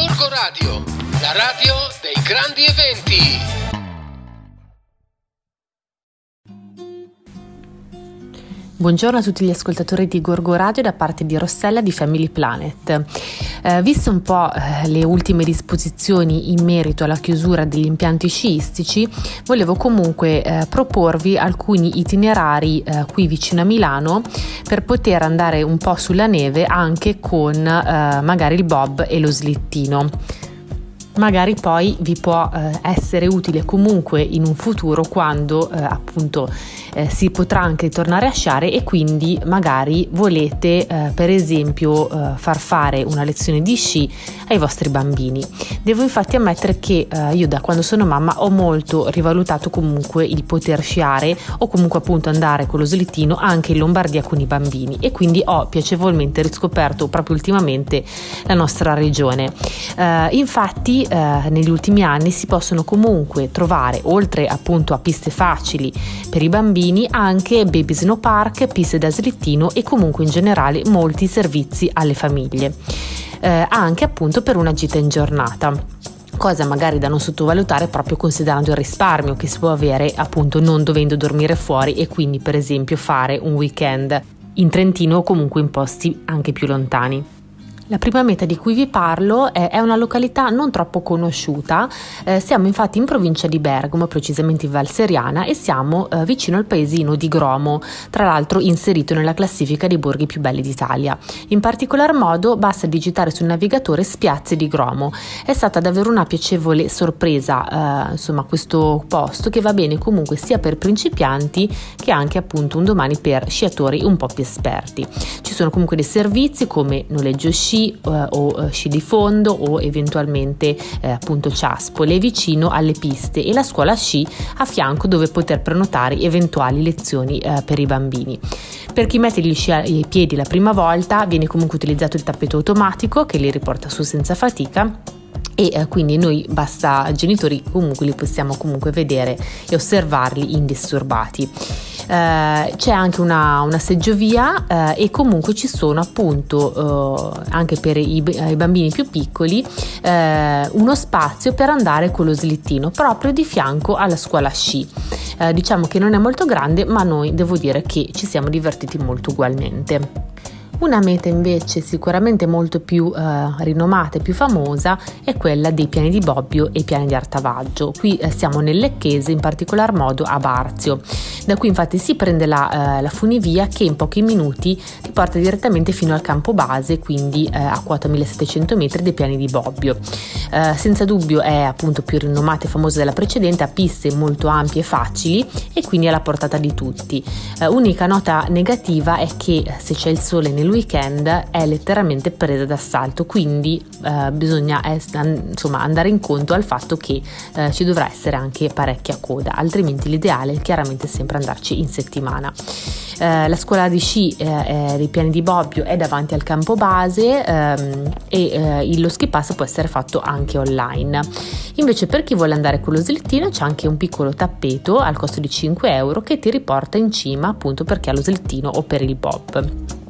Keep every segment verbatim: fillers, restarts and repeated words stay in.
Gorgo Radio, la radio dei grandi eventi. Buongiorno a tutti gli ascoltatori di Gorgo Radio da parte di Rossella di Family Planet. Eh, viste un po' eh, le ultime disposizioni in merito alla chiusura degli impianti sciistici, volevo comunque eh, proporvi alcuni itinerari eh, qui vicino a Milano per poter andare un po' sulla neve anche con eh, magari il bob e lo slittino. Magari poi vi può eh, essere utile comunque in un futuro quando eh, appunto eh, si potrà anche tornare a sciare e quindi magari volete eh, per esempio eh, far fare una lezione di sci ai vostri bambini. Devo infatti ammettere che eh, io da quando sono mamma ho molto rivalutato comunque il poter sciare o comunque appunto andare con lo slittino anche in Lombardia con i bambini, e quindi ho piacevolmente riscoperto proprio ultimamente la nostra regione. Eh, infatti Eh, negli ultimi anni si possono comunque trovare, oltre appunto a piste facili per i bambini, anche baby snow park, piste da slittino e comunque in generale molti servizi alle famiglie, eh, anche appunto per una gita in giornata. Cosa magari da non sottovalutare proprio considerando il risparmio che si può avere appunto non dovendo dormire fuori e quindi per esempio fare un weekend in Trentino o comunque in posti anche più lontani. La prima meta di cui vi parlo è, è una località non troppo conosciuta, eh, siamo infatti in provincia di Bergamo, precisamente in Val Seriana, e siamo eh, vicino al paesino di Gromo, tra l'altro inserito nella classifica dei borghi più belli d'Italia. In particolar modo basta digitare sul navigatore Spiazze di Gromo. È stata davvero una piacevole sorpresa, eh, insomma, questo posto che va bene comunque sia per principianti che anche appunto un domani per sciatori un po' più esperti. Ci sono comunque dei servizi come noleggio sci Uh, o uh, sci di fondo o eventualmente eh, appunto ciaspole vicino alle piste e la scuola sci a fianco dove poter prenotare eventuali lezioni uh, per i bambini. Per chi mette gli sci ai piedi la prima volta viene comunque utilizzato il tappeto automatico che li riporta su senza fatica, e eh, quindi noi basta genitori comunque li possiamo comunque vedere e osservarli indisturbati. Uh, c'è anche una, una seggiovia uh, e comunque ci sono appunto uh, anche per i, i bambini più piccoli uh, uno spazio per andare con lo slittino proprio di fianco alla scuola sci. Uh, diciamo che non è molto grande, ma noi devo dire che ci siamo divertiti molto ugualmente. Una meta invece sicuramente molto più eh, rinomata e più famosa è quella dei piani di Bobbio e i piani di Artavaggio. Qui eh, siamo nel Lecchese, in particolar modo a Barzio. Da qui infatti si prende la, eh, la funivia che in pochi minuti ti porta direttamente fino al campo base, quindi eh, a quota millesettecento metri dei piani di Bobbio. Eh, senza dubbio è appunto più rinomata e famosa della precedente, ha piste molto ampie e facili e quindi alla portata di tutti. Eh, unica nota negativa è che se c'è il sole nel weekend è letteralmente presa d'assalto, quindi eh, bisogna eh, insomma andare in conto al fatto che eh, ci dovrà essere anche parecchia coda, altrimenti l'ideale è chiaramente sempre andarci in settimana. Eh, la scuola di sci eh, dei piani di Bobbio è davanti al campo base ehm, e eh, lo ski pass può essere fatto anche online. Invece per chi vuole andare con lo slittino c'è anche un piccolo tappeto al costo di cinque euro che ti riporta in cima appunto perché ha lo slittino o per il bob.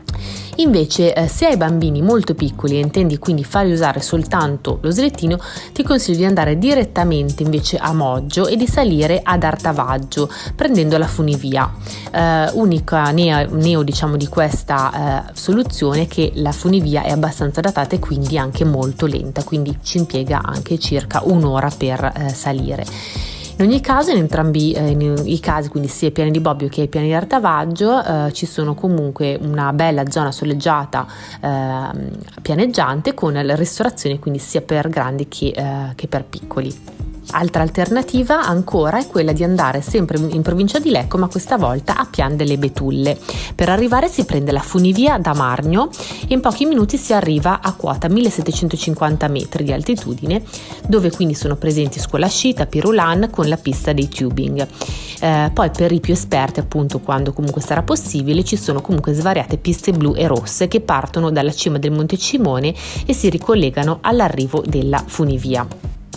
Invece eh, se hai bambini molto piccoli e intendi quindi fargli usare soltanto lo slittino, ti consiglio di andare direttamente invece a Moggio e di salire ad Artavaggio prendendo la funivia. Eh, unica neo, neo diciamo di questa eh, soluzione è che la funivia è abbastanza datata e quindi anche molto lenta, quindi ci impiega anche circa un'ora per eh, salire. In ogni caso, in entrambi eh, in i casi, quindi sia i piani di Bobbio che i piani di Artavaggio, eh, ci sono comunque una bella zona soleggiata eh, pianeggiante con la ristorazione, quindi sia per grandi che, eh, che per piccoli. Altra alternativa ancora è quella di andare sempre in provincia di Lecco, ma questa volta a Pian delle Betulle. Per arrivare si prende la funivia da Margno e in pochi minuti si arriva a quota millesettecentocinquanta metri di altitudine, dove quindi sono presenti scuola sci, tapirulan con la pista dei tubing. Eh, poi per i più esperti, appunto quando comunque sarà possibile, ci sono comunque svariate piste blu e rosse che partono dalla cima del Monte Cimone e si ricollegano all'arrivo della funivia.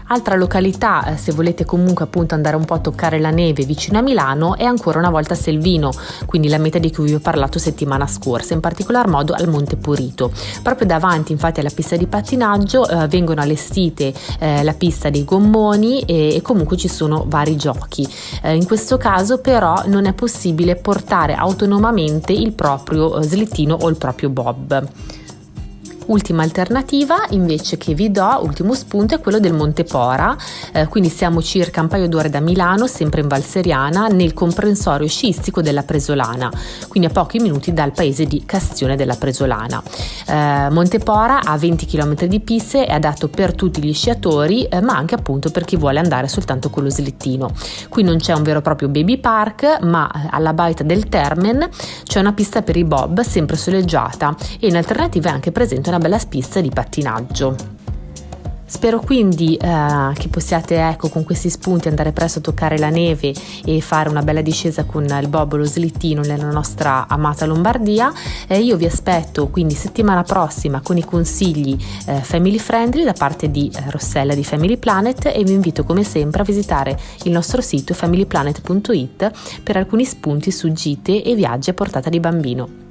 Altra località, eh, se volete comunque appunto andare un po' a toccare la neve vicino a Milano, è ancora una volta Selvino, quindi la meta di cui vi ho parlato settimana scorsa, in particolar modo al Monte Purito. Proprio davanti infatti alla pista di pattinaggio eh, vengono allestite eh, la pista dei gommoni e, e comunque ci sono vari giochi. Eh, in questo caso però non è possibile portare autonomamente il proprio eh, slittino o il proprio bob. Ultima alternativa invece che vi do, ultimo spunto, è quello del Monte Pora, eh, quindi siamo circa un paio d'ore da Milano, sempre in Val Seriana, nel comprensorio sciistico della Presolana, quindi a pochi minuti dal paese di Castione della Presolana. Eh, Monte Pora ha venti chilometri di piste, è adatto per tutti gli sciatori, eh, ma anche appunto per chi vuole andare soltanto con lo slittino. Qui non c'è un vero e proprio baby park, ma alla baita del Termen c'è una pista per i bob sempre soleggiata e in alternativa è anche presente una bella pista di pattinaggio. Spero quindi eh, che possiate, ecco, con questi spunti andare presto a toccare la neve e fare una bella discesa con il bob o lo slittino nella nostra amata Lombardia. Eh, io vi aspetto quindi settimana prossima con i consigli eh, family friendly da parte di eh, Rossella di Family Planet, e vi invito come sempre a visitare il nostro sito family planet punto it per alcuni spunti su gite e viaggi a portata di bambino.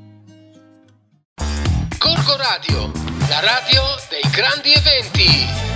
Gorgo Radio, la radio dei grandi eventi.